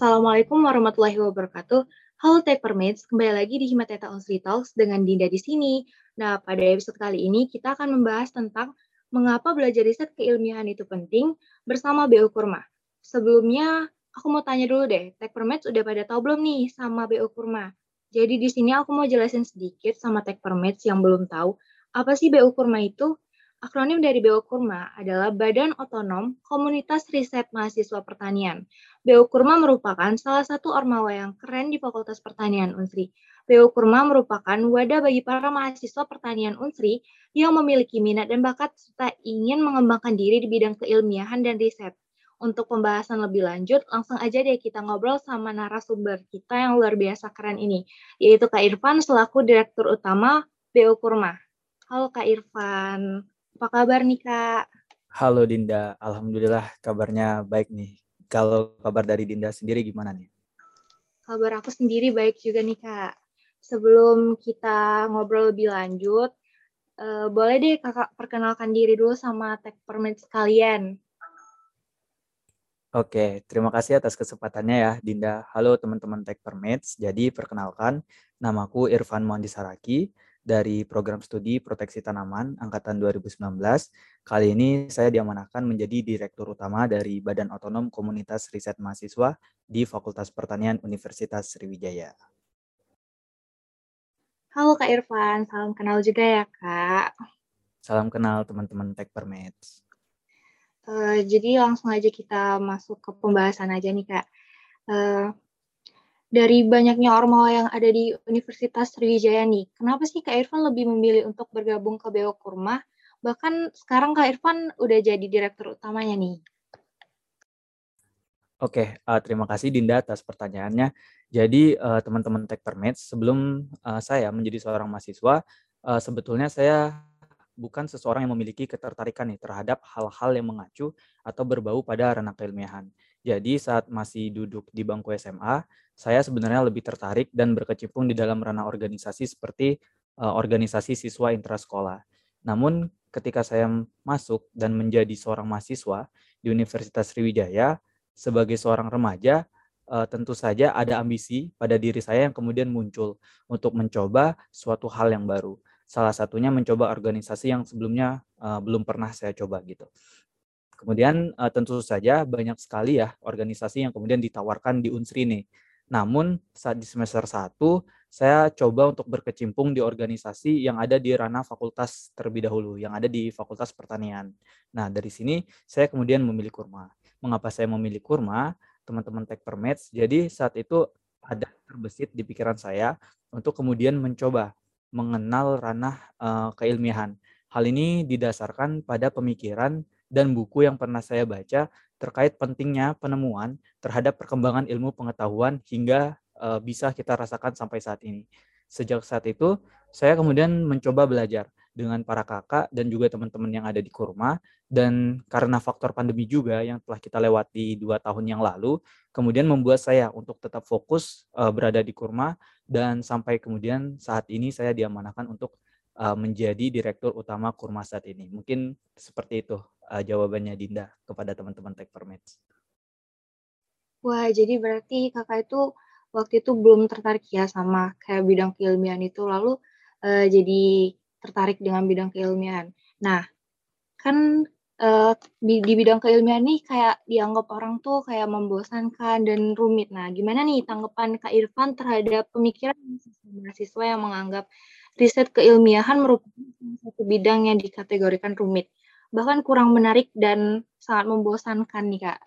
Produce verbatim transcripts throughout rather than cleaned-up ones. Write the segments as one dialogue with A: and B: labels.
A: Assalamualaikum warahmatullahi wabarakatuh. Halo Techpermates, kembali lagi di Himateta Unsri Talks dengan Dinda di sini. Nah, pada episode kali ini kita akan membahas tentang mengapa belajar riset keilmiahan itu penting bersama B U Kurma. Sebelumnya, aku mau tanya dulu deh, Techpermates udah pada tahu belum nih sama B U Kurma? Jadi di sini aku mau jelasin sedikit sama Techpermates yang belum tahu, apa sih B U Kurma itu? Akronim dari B U Kurma adalah Badan Otonom Komunitas Riset Mahasiswa Pertanian. B U Kurma merupakan salah satu ormawa yang keren di Fakultas Pertanian Unsri. B U Kurma merupakan wadah bagi para mahasiswa pertanian Unsri yang memiliki minat dan bakat serta ingin mengembangkan diri di bidang keilmiahan dan riset. Untuk pembahasan lebih lanjut, langsung aja deh kita ngobrol sama narasumber kita yang luar biasa keren ini, yaitu Kak Irfan selaku Direktur Utama B U Kurma. Halo Kak Irfan, apa kabar nih Kak?
B: Halo Dinda, Alhamdulillah kabarnya baik nih. Kalau kabar dari Dinda sendiri gimana nih?
A: Kabar aku sendiri baik juga nih Kak. Sebelum kita ngobrol lebih lanjut, eh, boleh deh Kakak perkenalkan diri dulu sama Techpermates sekalian.
B: Oke, terima kasih atas kesempatannya ya Dinda. Halo teman-teman Techpermates. Jadi perkenalkan, namaku Irfan Mondi Saraki dari Program Studi Proteksi Tanaman Angkatan dua ribu sembilan belas. Kali ini saya diamanahkan menjadi Direktur Utama dari Badan Otonom Komunitas Riset Mahasiswa di Fakultas Pertanian Universitas Sriwijaya.
A: Halo Kak Irfan, salam kenal juga ya Kak.
B: Salam kenal teman-teman Techpermates.
A: Eh, jadi langsung aja kita masuk ke pembahasan aja nih Kak. Eh, dari banyaknya ormawa yang ada di Universitas Sriwijaya nih, kenapa sih Kak Irfan lebih memilih untuk bergabung ke B O Kurma? Bahkan sekarang Kak Irfan udah jadi direktur utamanya nih.
B: Oke, uh, terima kasih Dinda atas pertanyaannya. Jadi uh, teman-teman Techpermates, sebelum uh, saya menjadi seorang mahasiswa, uh, sebetulnya saya bukan seseorang yang memiliki ketertarikan nih terhadap hal-hal yang mengacu atau berbau pada ranah keilmiahan. Jadi saat masih duduk di bangku S M A, saya sebenarnya lebih tertarik dan berkecimpung di dalam ranah organisasi seperti uh, organisasi siswa intrasekolah. Namun ketika saya masuk dan menjadi seorang mahasiswa di Universitas Sriwijaya, sebagai seorang remaja, uh, tentu saja ada ambisi pada diri saya yang kemudian muncul untuk mencoba suatu hal yang baru. Salah satunya mencoba organisasi yang sebelumnya uh, belum pernah saya coba gitu. Kemudian uh, tentu saja banyak sekali ya organisasi yang kemudian ditawarkan di Unsri nih. Namun saat di semester satu saya coba untuk berkecimpung di organisasi yang ada di ranah fakultas terlebih dahulu, yang ada di Fakultas Pertanian. Nah, dari sini saya kemudian memilih Kurma. Mengapa saya memilih Kurma? Teman-teman Techpermates, jadi saat itu ada terbesit di pikiran saya untuk kemudian mencoba mengenal ranah uh, keilmiahan. Hal ini didasarkan pada pemikiran dan buku yang pernah saya baca terkait pentingnya penemuan terhadap perkembangan ilmu pengetahuan hingga uh, bisa kita rasakan sampai saat ini. Sejak saat itu, saya kemudian mencoba belajar dengan para kakak dan juga teman-teman yang ada di Kurma, dan karena faktor pandemi juga yang telah kita lewati dua tahun yang lalu, kemudian membuat saya untuk tetap fokus uh, berada di Kurma, dan sampai kemudian saat ini saya diamanahkan untuk uh, menjadi Direktur Utama Kurma saat ini. Mungkin seperti itu uh, jawabannya Dinda kepada teman-teman Techpermates.
A: Wah, jadi berarti kakak itu waktu itu belum tertarik ya sama kayak bidang keilmiahan itu, lalu eh, jadi tertarik dengan bidang keilmiahan. Nah, kan eh, di, di bidang keilmiahan nih kayak dianggap orang tuh kayak membosankan dan rumit. Nah, gimana nih tanggapan Kak Irfan terhadap pemikiran mahasiswa yang menganggap riset keilmiahan merupakan salah satu bidang yang dikategorikan rumit, bahkan kurang menarik dan sangat membosankan nih Kak?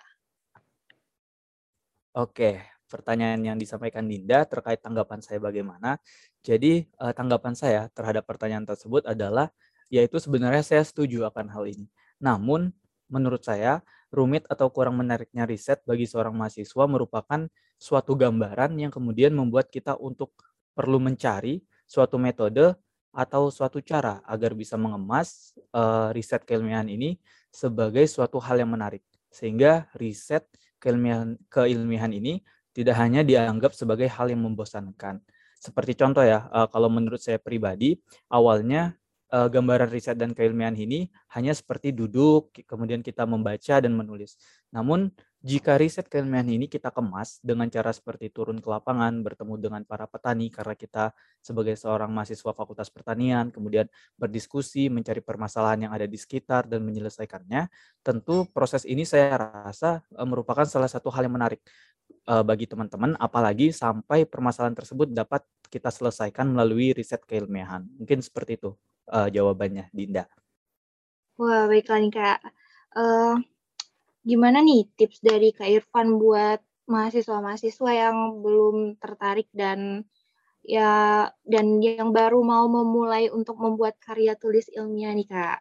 B: Oke, pertanyaan yang disampaikan Dinda terkait tanggapan saya bagaimana. Jadi eh, tanggapan saya terhadap pertanyaan tersebut adalah, yaitu sebenarnya saya setuju akan hal ini. Namun menurut saya rumit atau kurang menariknya riset bagi seorang mahasiswa merupakan suatu gambaran yang kemudian membuat kita untuk perlu mencari suatu metode atau suatu cara agar bisa mengemas eh, riset keilmiahan ini sebagai suatu hal yang menarik. Sehingga riset keilmiahan keilmiahan ini tidak hanya dianggap sebagai hal yang membosankan. Seperti contoh ya, uh, kalau menurut saya pribadi, awalnya uh, gambaran riset dan keilmiahan ini hanya seperti duduk, kemudian kita membaca dan menulis. Namun Jika riset keilmuan ini kita kemas dengan cara seperti turun ke lapangan, bertemu dengan para petani karena kita sebagai seorang mahasiswa Fakultas Pertanian, kemudian berdiskusi, mencari permasalahan yang ada di sekitar dan menyelesaikannya, tentu proses ini saya rasa eh, merupakan salah satu hal yang menarik eh, bagi teman-teman, apalagi sampai permasalahan tersebut dapat kita selesaikan melalui riset keilmiahan. Mungkin seperti itu eh, jawabannya, Dinda.
A: Wah, baiklah nih Kak. Eh, gimana nih tips dari Kak Irfan buat mahasiswa-mahasiswa yang belum tertarik dan ya dan yang baru mau memulai untuk membuat karya tulis ilmiah nih Kak?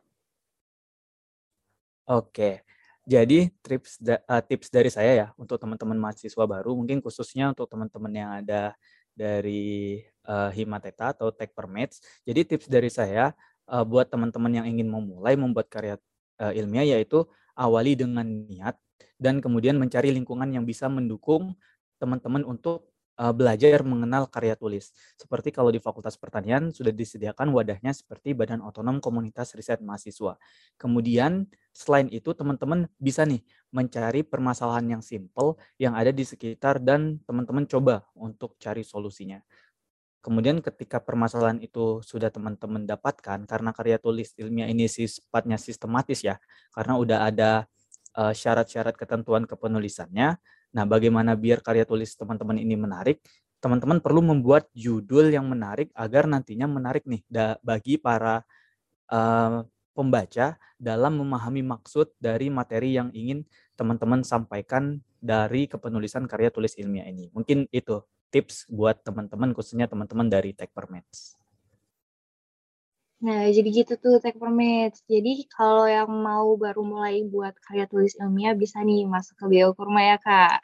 B: Oke, jadi tips da eee, tips dari saya ya untuk teman-teman mahasiswa baru, mungkin khususnya untuk teman-teman yang ada dari, eee, Himateta atau Tekpermeds. Jadi tips dari saya, eee, buat teman-teman yang ingin memulai membuat karya, eee, ilmiah yaitu awali dengan niat dan kemudian mencari lingkungan yang bisa mendukung teman-teman untuk, eee, belajar mengenal karya tulis. Seperti kalau di Fakultas Pertanian sudah disediakan wadahnya seperti Badan Otonom Komunitas Riset Mahasiswa. Kemudian selain itu teman-teman bisa nih mencari permasalahan yang simpel yang ada di sekitar dan teman-teman coba untuk cari solusinya. Kemudian ketika permasalahan itu sudah teman-teman dapatkan karena karya tulis ilmiah ini sifatnya sistematis ya, karena udah ada eh, syarat-syarat ketentuan kepenulisannya. Nah, bagaimana biar karya tulis teman-teman ini menarik? Teman-teman perlu membuat judul yang menarik agar nantinya menarik nih da- bagi para eee, pembaca dalam memahami maksud dari materi yang ingin teman-teman sampaikan dari kepenulisan karya tulis ilmiah ini. Mungkin itu tips buat teman-teman, khususnya teman-teman dari Tekpermeds.
A: Nah, jadi gitu tuh Tekpermeds. Jadi kalau yang mau baru mulai buat karya tulis ilmiah bisa nih masuk ke Biokurma ya Kak.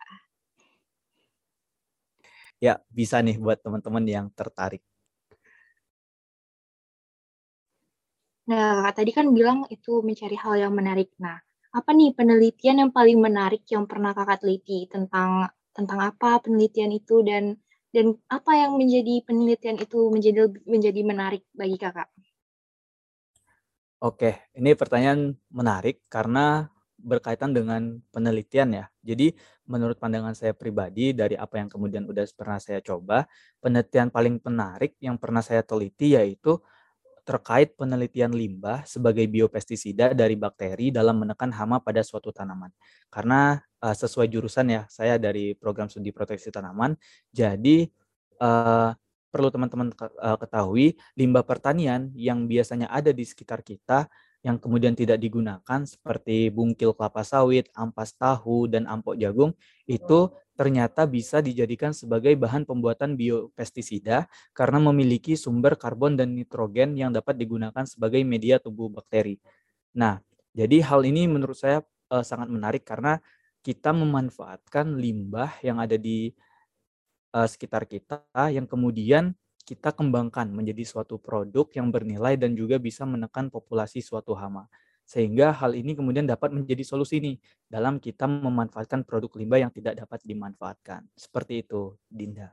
B: Ya, bisa nih buat teman-teman yang tertarik.
A: Nah, Kakak tadi kan bilang itu mencari hal yang menarik. Nah, apa nih penelitian yang paling menarik yang pernah Kakak teliti tentang tentang apa penelitian itu dan dan apa yang menjadi penelitian itu menjadi menjadi menarik bagi Kakak?
B: Oke, ini pertanyaan menarik karena berkaitan dengan penelitian ya. Jadi menurut pandangan saya pribadi dari apa yang kemudian udah pernah saya coba, penelitian paling menarik yang pernah saya teliti yaitu terkait penelitian limbah sebagai biopestisida dari bakteri dalam menekan hama pada suatu tanaman. Karena uh, sesuai jurusan ya, saya dari program studi proteksi tanaman, jadi uh, perlu teman-teman uh, ketahui limbah pertanian yang biasanya ada di sekitar kita yang kemudian tidak digunakan seperti bungkil kelapa sawit, ampas tahu, dan ampok jagung itu ternyata bisa dijadikan sebagai bahan pembuatan biopestisida karena memiliki sumber karbon dan nitrogen yang dapat digunakan sebagai media tubuh bakteri. Nah, jadi hal ini menurut saya uh, sangat menarik karena kita memanfaatkan limbah yang ada di uh, sekitar kita yang kemudian kita kembangkan menjadi suatu produk yang bernilai dan juga bisa menekan populasi suatu hama. Sehingga hal ini kemudian dapat menjadi solusi nih dalam kita memanfaatkan produk limbah yang tidak dapat dimanfaatkan. Seperti itu, Dinda.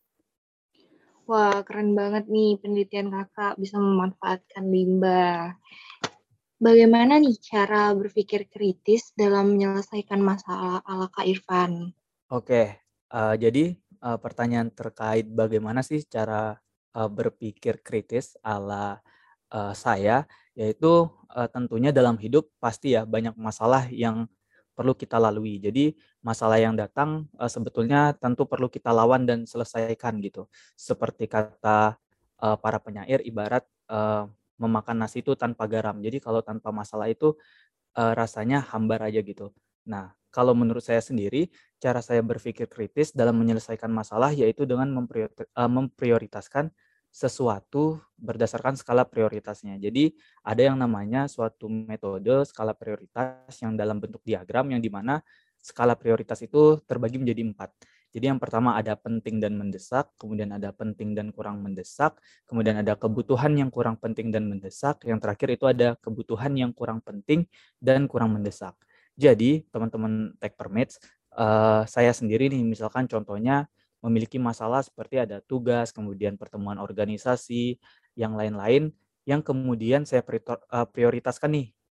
A: Wah, keren banget nih penelitian Kakak bisa memanfaatkan limbah. Bagaimana nih cara berpikir kritis dalam menyelesaikan masalah ala Kak Irfan?
B: Oke, eee, jadi, eee, pertanyaan terkait bagaimana sih cara, eee, berpikir kritis ala, eee, saya, yaitu, eee, tentunya dalam hidup pasti ya banyak masalah yang perlu kita lalui. Jadi masalah yang datang, eee, sebetulnya tentu perlu kita lawan dan selesaikan gitu. Seperti kata, eee, para penyair ibarat, eee, memakan nasi itu tanpa garam. Jadi kalau tanpa masalah itu Eee, rasanya hambar aja gitu. Nah, kalau menurut saya sendiri, cara saya berpikir kritis dalam menyelesaikan masalah yaitu dengan mempriorita eee, memprioritaskan sesuatu berdasarkan skala prioritasnya. Jadi, ada yang namanya suatu metode skala prioritas yang dalam bentuk diagram yang di mana skala prioritas itu terbagi menjadi empat. Jadi yang pertama ada penting dan mendesak, kemudian ada penting dan kurang mendesak, kemudian ada kebutuhan yang kurang penting dan mendesak, yang terakhir itu ada kebutuhan yang kurang penting dan kurang mendesak. Jadi teman-teman Tekpermeds, eee, saya sendiri nih misalkan contohnya memiliki masalah seperti ada tugas, kemudian pertemuan organisasi, yang lain-lain yang kemudian saya pritor eee, prioritaskan nih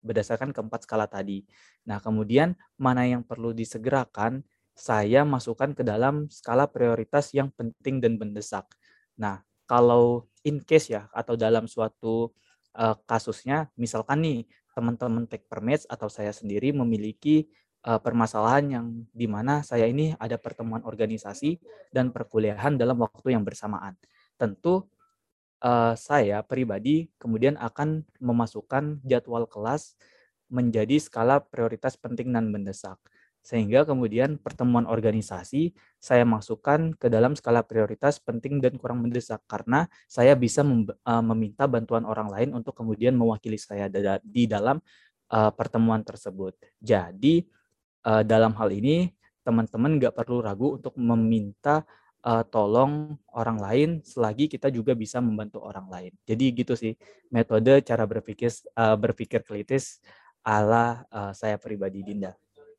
B: berdasarkan keempat skala tadi. Nah, kemudian mana yang perlu disegerakan, saya masukkan ke dalam skala prioritas yang penting dan mendesak. Nah, kalau in case ya atau dalam suatu uh, kasusnya, misalkan nih teman-teman Tech Permits atau saya sendiri memiliki uh, permasalahan yang di mana saya ini ada pertemuan organisasi dan perkuliahan dalam waktu yang bersamaan. Tentu uh, saya pribadi kemudian akan memasukkan jadwal kelas menjadi skala prioritas penting dan mendesak. Sehingga kemudian pertemuan organisasi saya masukkan ke dalam skala prioritas penting dan kurang mendesak karena saya bisa mem- uh, meminta bantuan orang lain untuk kemudian mewakili saya di dalam uh, pertemuan tersebut. Jadi uh, dalam hal ini teman-teman nggak perlu ragu untuk meminta uh, tolong orang lain selagi kita juga bisa membantu orang lain. Jadi gitu sih metode cara berpikir uh, berpikir kritis ala uh, saya pribadi, Dinda.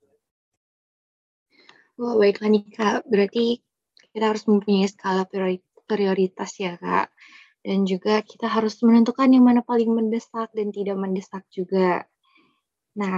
A: Wah, baiklah nih Kak. Berarti kita harus mempunyai skala prioritas ya Kak. Dan juga kita harus menentukan yang mana paling mendesak dan tidak mendesak juga. Nah,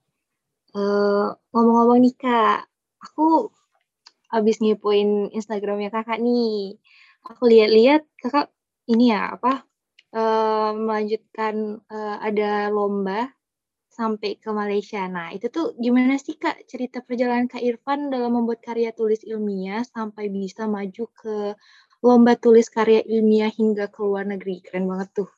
A: eh, ngomong-ngomong nih Kak, aku habis ngepoin Instagramnya Kakak nih. Aku lihat-lihat Kakak ini ya apa eh, melanjutkan eh, ada lomba sampai ke Malaysia. Nah, itu tuh gimana sih Kak cerita perjalanan Kak Irfan dalam membuat karya tulis ilmiah sampai bisa maju ke lomba tulis karya ilmiah hingga ke luar negeri. Keren banget tuh.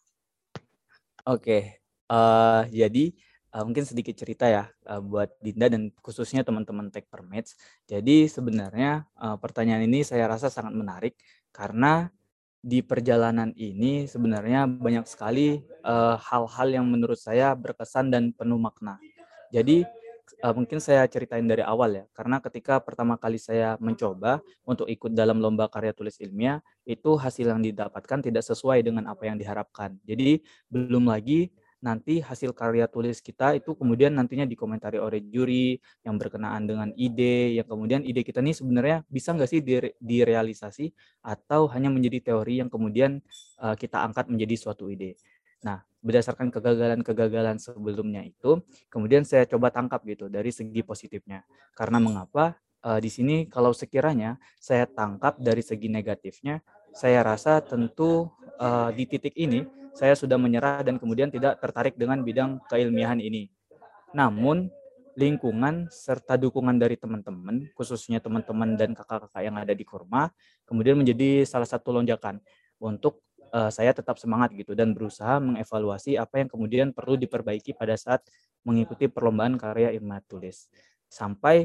B: Oke, uh, jadi uh, mungkin sedikit cerita ya uh, buat Dinda dan khususnya teman-teman Tech Permits. Jadi sebenarnya uh, pertanyaan ini saya rasa sangat menarik karena di perjalanan ini sebenarnya banyak sekali uh, hal-hal yang menurut saya berkesan dan penuh makna. Jadi uh, mungkin saya ceritain dari awal ya, karena ketika pertama kali saya mencoba untuk ikut dalam lomba karya tulis ilmiah, itu hasil yang didapatkan tidak sesuai dengan apa yang diharapkan. Jadi belum lagi nanti hasil karya tulis kita itu kemudian nantinya dikomentari oleh juri yang berkenaan dengan ide, yang kemudian ide kita nih sebenarnya bisa nggak sih dire- direalisasi atau hanya menjadi teori yang kemudian uh, kita angkat menjadi suatu ide. Nah, berdasarkan kegagalan-kegagalan sebelumnya itu, kemudian saya coba tangkap gitu dari segi positifnya. Karena mengapa uh, di sini kalau sekiranya saya tangkap dari segi negatifnya, saya rasa tentu uh, di titik ini saya sudah menyerah dan kemudian tidak tertarik dengan bidang keilmiahan ini. Namun lingkungan serta dukungan dari teman-teman, khususnya teman-teman dan kakak-kakak yang ada di Kurma, kemudian menjadi salah satu lonjakan untuk uh, saya tetap semangat gitu dan berusaha mengevaluasi apa yang kemudian perlu diperbaiki pada saat mengikuti perlombaan karya ilmiah tulis. Sampai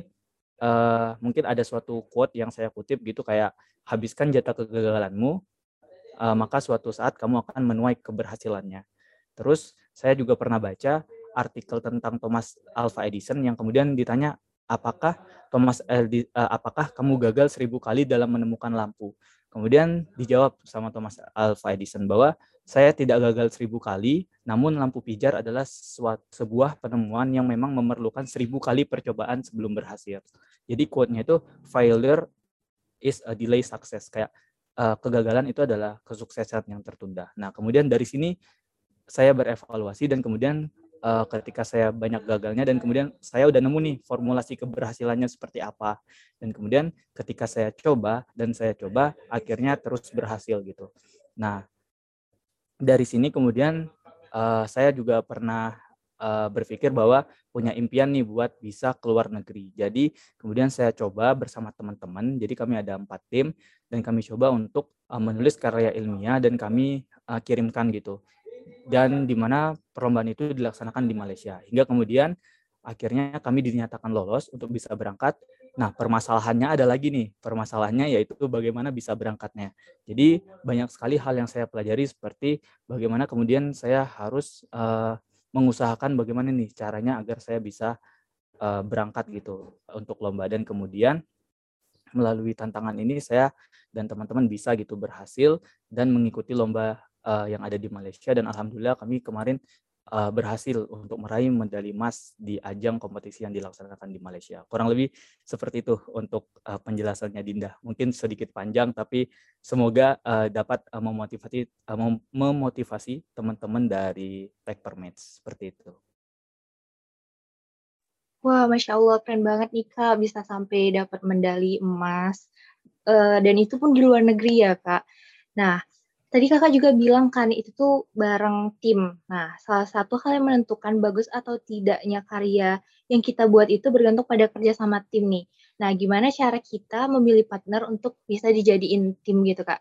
B: uh, mungkin ada suatu quote yang saya kutip gitu kayak habiskan jatah kegagalanmu, uh, maka suatu saat kamu akan menuai keberhasilannya. Terus saya juga pernah baca artikel tentang Thomas Alva Edison yang kemudian ditanya apakah Thomas Edison, uh, apakah kamu gagal seribu kali dalam menemukan lampu. Kemudian dijawab sama Thomas Alva Edison bahwa saya tidak gagal seribu kali, namun lampu pijar adalah suatu, sebuah penemuan yang memang memerlukan seribu kali percobaan sebelum berhasil. Jadi quote-nya itu failure is a delay success, kayak uh, kegagalan itu adalah kesuksesan yang tertunda. Nah, kemudian dari sini saya berevaluasi dan kemudian uh, ketika saya banyak gagalnya dan kemudian saya udah nemu nih formulasi keberhasilannya seperti apa. Dan kemudian ketika saya coba dan saya coba akhirnya terus berhasil gitu. Nah, dari sini kemudian uh, saya juga pernah uh, berpikir bahwa punya impian nih buat bisa keluar negeri. Jadi kemudian saya coba bersama teman-teman. Jadi kami ada empat tim dan kami coba untuk uh, menulis karya ilmiah dan kami uh, kirimkan gitu. Dan di mana perlombaan itu dilaksanakan di Malaysia. Hingga kemudian akhirnya kami dinyatakan lolos untuk bisa berangkat. Nah, permasalahannya ada lagi nih. Permasalahannya yaitu bagaimana bisa berangkatnya. Jadi banyak sekali hal yang saya pelajari seperti bagaimana kemudian saya harus uh, mengusahakan bagaimana nih caranya agar saya bisa uh, berangkat gitu untuk lomba. Dan kemudian melalui tantangan ini saya dan teman-teman bisa gitu berhasil dan mengikuti lomba uh, yang ada di Malaysia dan alhamdulillah kami kemarin uh, berhasil untuk meraih medali emas di ajang kompetisi yang dilaksanakan di Malaysia. Kurang lebih seperti itu untuk uh, penjelasannya Dinda. Mungkin sedikit panjang tapi semoga uh, dapat uh, memotivasi uh, memotivasi teman-teman dari Tech Permits seperti itu.
A: Wah, Masya Allah, keren banget nih Kak, bisa sampai dapat medali emas, eee, dan itu pun di luar negeri ya Kak. Nah, tadi Kakak juga bilang kan itu tuh bareng tim. Nah, salah satu hal yang menentukan bagus atau tidaknya karya yang kita buat itu bergantung pada kerja sama tim nih. Nah, gimana cara kita memilih partner untuk bisa dijadiin tim gitu Kak?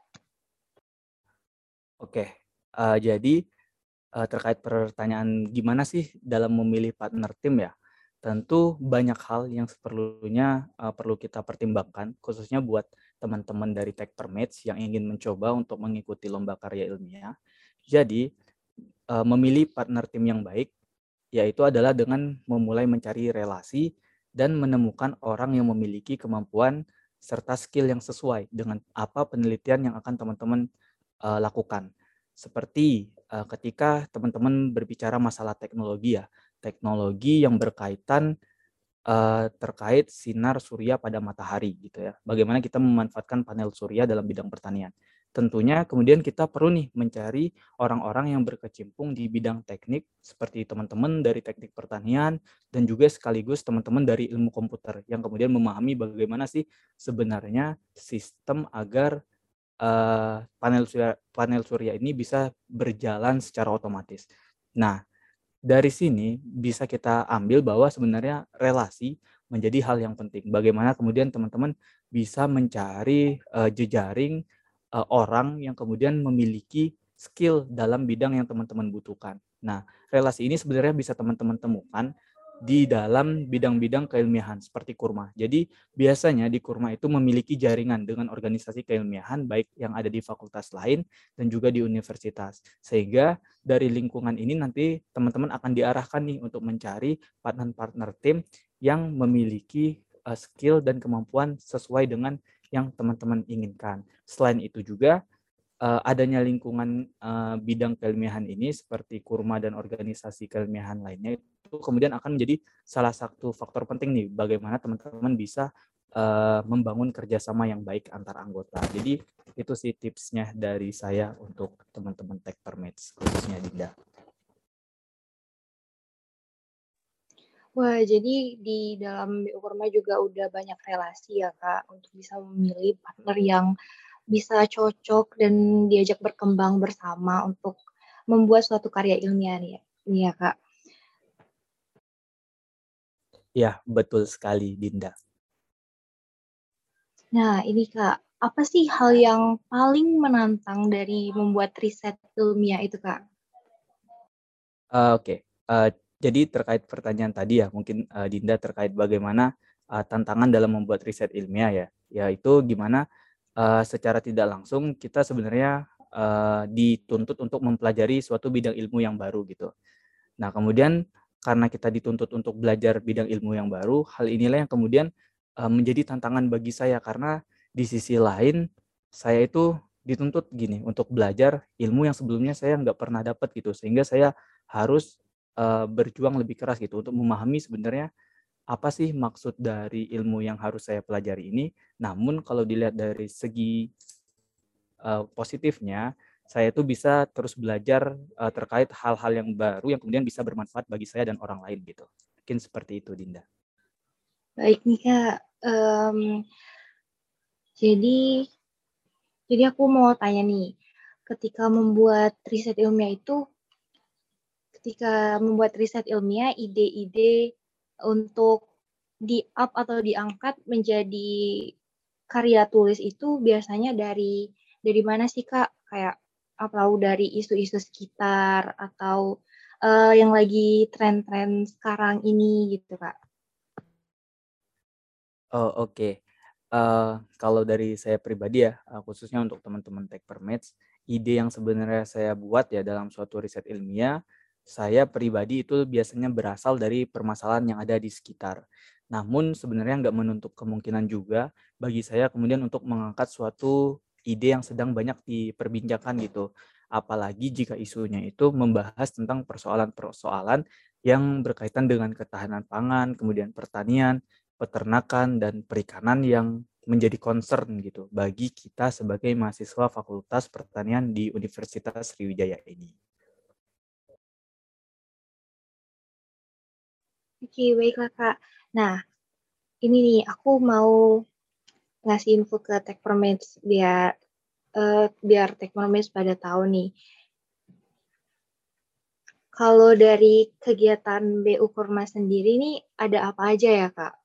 B: Oke, eee, jadi, eee, terkait pertanyaan gimana sih dalam memilih partner tim ya, tentu banyak hal yang seperlunya, eee, perlu kita pertimbangkan khususnya buat teman-teman dari Tech4Match yang ingin mencoba untuk mengikuti lomba karya ilmiah. Jadi, eee, memilih partner tim yang baik, yaitu adalah dengan memulai mencari relasi dan menemukan orang yang memiliki kemampuan serta skill yang sesuai dengan apa penelitian yang akan teman-teman, eee, lakukan. Seperti, eee, ketika teman-teman berbicara masalah teknologi ya, teknologi yang berkaitan Eee, terkait sinar surya pada matahari gitu ya. Bagaimana kita memanfaatkan panel surya dalam bidang pertanian. Tentunya kemudian kita perlu nih mencari orang-orang yang berkecimpung di bidang teknik seperti teman-teman dari teknik pertanian dan juga sekaligus teman-teman dari ilmu komputer yang kemudian memahami bagaimana sih sebenarnya sistem agar, eee, panel surya panel surya ini bisa berjalan secara otomatis. Nah, dari sini bisa kita ambil bahwa sebenarnya relasi menjadi hal yang penting. Bagaimana kemudian teman-teman bisa mencari, eee, jejaring, eee, orang yang kemudian memiliki skill dalam bidang yang teman-teman butuhkan. Nah, relasi ini sebenarnya bisa teman-teman temukan di dalam bidang-bidang keilmiahan seperti Kurma. Jadi biasanya di Kurma itu memiliki jaringan dengan organisasi keilmiahan baik yang ada di fakultas lain dan juga di universitas. Sehingga dari lingkungan ini nanti teman-teman akan diarahkan nih untuk mencari partner-partner tim yang memiliki uh, skill dan kemampuan sesuai dengan yang teman-teman inginkan. Selain itu juga uh, adanya lingkungan uh, bidang keilmiahan ini seperti Kurma dan organisasi keilmiahan lainnya itu kemudian akan menjadi salah satu faktor penting nih bagaimana teman-teman bisa uh, membangun kerjasama yang baik antar anggota. Jadi itu sih tipsnya dari saya untuk teman-teman Tech Permates khususnya Dinda.
A: Wah, jadi di dalam B U Kurma juga udah banyak relasi ya Kak, untuk bisa memilih partner yang bisa cocok dan diajak berkembang bersama untuk membuat suatu karya ilmiah nih ya, ini ya Kak.
B: Ya, betul sekali Dinda.
A: Nah, ini Kak, apa sih hal yang paling menantang dari membuat riset ilmiah itu Kak?
B: Eee, oke, eee, jadi terkait pertanyaan tadi ya mungkin, eee, Dinda terkait bagaimana, eee, tantangan dalam membuat riset ilmiah ya, yaitu gimana, eee, secara tidak langsung kita sebenarnya, eee, dituntut untuk mempelajari suatu bidang ilmu yang baru gitu. Nah kemudian karena kita dituntut untuk belajar bidang ilmu yang baru, hal inilah yang kemudian, eee, menjadi tantangan bagi saya karena di sisi lain saya itu dituntut gini, untuk belajar ilmu yang sebelumnya saya nggak pernah dapat gitu, sehingga saya harus, eee, berjuang lebih keras gitu untuk memahami sebenarnya apa sih maksud dari ilmu yang harus saya pelajari ini. Namun kalau dilihat dari segi Eee, positifnya, saya itu bisa terus belajar, eee, terkait hal-hal yang baru yang kemudian bisa bermanfaat bagi saya dan orang lain gitu. Mungkin seperti itu Dinda.
A: Baik nih Kak, mmm, jadi jadi aku mau tanya nih, ketika membuat riset ilmiah itu ketika membuat riset ilmiah, ide-ide untuk di-up atau diangkat menjadi karya tulis itu biasanya dari dari mana sih, Kak? Kayak atau dari isu-isu sekitar atau, eee, yang lagi tren-tren sekarang ini gitu, Kak?
B: Oh oke, eee, kalau dari saya pribadi ya, eee, khususnya untuk teman-teman Tech4Match, ide yang sebenarnya saya buat ya dalam suatu riset ilmiah, saya pribadi itu biasanya berasal dari permasalahan yang ada di sekitar. Namun sebenarnya nggak menutup kemungkinan juga bagi saya kemudian untuk mengangkat suatu ide yang sedang banyak diperbincangkan gitu. Apalagi jika isunya itu membahas tentang persoalan-persoalan yang berkaitan dengan ketahanan pangan, kemudian pertanian, peternakan dan perikanan yang menjadi concern gitu bagi kita sebagai mahasiswa Fakultas Pertanian di Universitas Sriwijaya ini.
A: Oke, baiklah Kak. Nah, ini nih aku mau ngasih info ke Techpermates biar uh, biar Techpermates pada tahu nih. Kalau dari kegiatan B U Kurma sendiri nih ada apa aja ya Kak?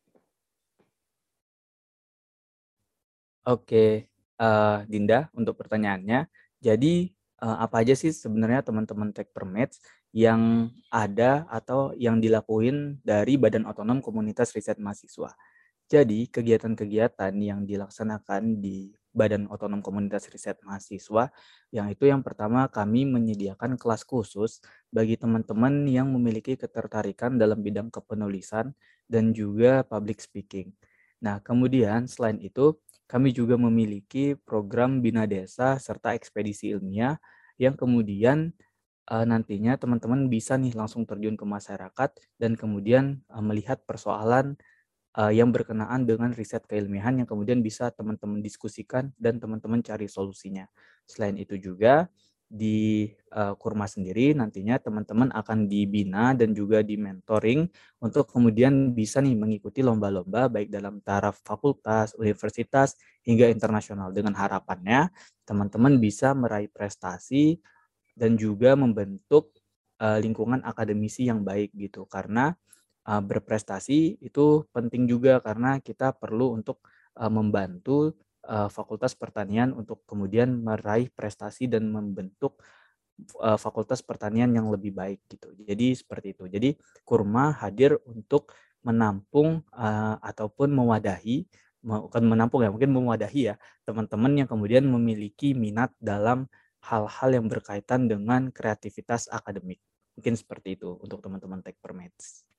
B: Oke, eee, Dinda untuk pertanyaannya. Jadi, eee, apa aja sih sebenarnya teman-teman Techpermates yang ada atau yang dilakuin dari Badan Otonom Komunitas Riset Mahasiswa? Jadi, kegiatan-kegiatan yang dilaksanakan di Badan Otonom Komunitas Riset Mahasiswa, yang itu yang pertama kami menyediakan kelas khusus bagi teman-teman yang memiliki ketertarikan dalam bidang kepenulisan dan juga public speaking. Nah, kemudian selain itu, kami juga memiliki program Bina Desa serta ekspedisi ilmiah yang kemudian eh, nantinya teman-teman bisa nih langsung terjun ke masyarakat dan kemudian eh, melihat persoalan eh, yang berkenaan dengan riset keilmiahan yang kemudian bisa teman-teman diskusikan dan teman-teman cari solusinya. Selain itu juga di eh, Kurma sendiri nantinya teman-teman akan dibina dan juga di-mentoring untuk kemudian bisa nih mengikuti lomba-lomba baik dalam taraf fakultas, universitas, hingga internasional dengan harapannya teman-teman bisa meraih prestasi dan juga membentuk eh, lingkungan akademisi yang baik gitu. Karena uh, berprestasi itu penting juga karena kita perlu untuk uh, membantu uh, Fakultas Pertanian untuk kemudian meraih prestasi dan membentuk uh, Fakultas Pertanian yang lebih baik gitu. Jadi seperti itu. Jadi Kurma hadir untuk menampung uh, ataupun mewadahi, bukan menampung ya, mungkin mewadahi ya teman-teman yang kemudian memiliki minat dalam hal-hal yang berkaitan dengan kreativitas akademik. Mungkin seperti itu untuk teman-teman Techpermates.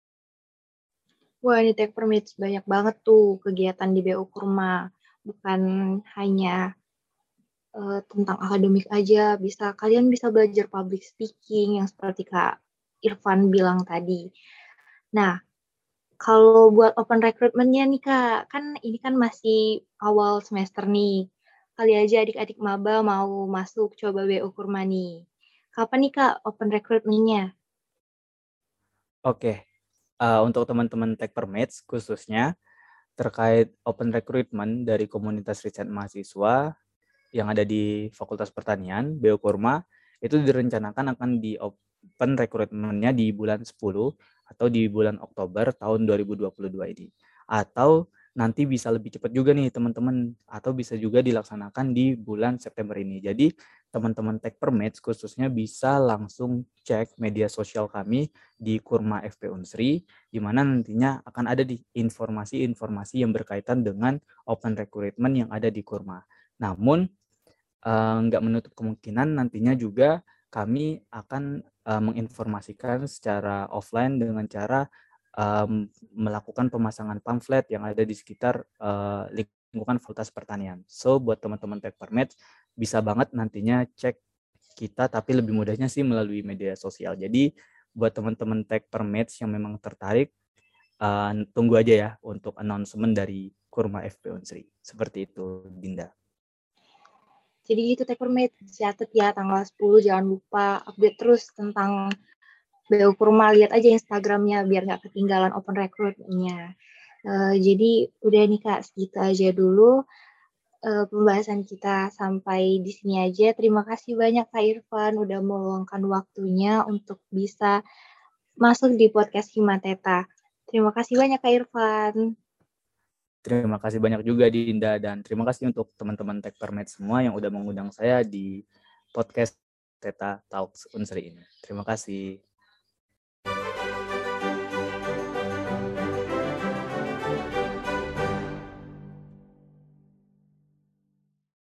A: Wah, ini Techpermates banyak banget tuh kegiatan di B U Kurma. Bukan hanya uh, tentang akademik aja, bisa kalian bisa belajar public speaking yang seperti Kak Irfan bilang tadi. Nah, kalau buat open recruitment-nya nih Kak, kan ini kan masih awal semester nih. Kali aja adik-adik maba mau masuk coba B U Kurma nih. Kapan nih Kak open recruitment-nya?
B: Oke, uh, untuk teman-teman Techpermates khususnya terkait open recruitment dari komunitas riset mahasiswa yang ada di Fakultas Pertanian, B U Kurma, itu direncanakan akan di open recruitment-nya di bulan sepuluh atau di bulan Oktober tahun dua ribu dua puluh dua ini. Atau nanti bisa lebih cepat juga nih teman-teman, atau bisa juga dilaksanakan di bulan September ini. Jadi teman-teman Techpermates khususnya bisa langsung cek media sosial kami di Kurma F P Unsri, di mana nantinya akan ada di informasi-informasi yang berkaitan dengan open recruitment yang ada di Kurma. Namun eh, nggak menutup kemungkinan nantinya juga kami akan eh, menginformasikan secara offline dengan cara em, melakukan pemasangan pamflet yang ada di sekitar eh, lingkungan Fakultas Pertanian. So buat teman-teman Techpermates bisa banget nantinya cek kita, tapi lebih mudahnya sih melalui media sosial. Jadi buat teman-teman Techpermates yang memang tertarik, eh, tunggu aja ya untuk announcement dari Kurma F P Unsri. Seperti itu, Dinda.
A: Jadi itu Techpermate, catat ya tanggal sepuluh jangan lupa update terus tentang B U Kurma, lihat aja Instagramnya biar nggak ketinggalan open recruitment-nya. Uh, jadi udah nih Kak, segitu aja dulu uh, pembahasan kita sampai di sini aja. Terima kasih banyak Kak Irfan udah meluangkan waktunya untuk bisa masuk di podcast Himateta. Terima kasih banyak Kak Irfan.
B: Terima kasih banyak juga Dinda dan terima kasih untuk teman-teman Techpermates semua yang udah mengundang saya di podcast Teta Talks Unsri ini. Terima kasih.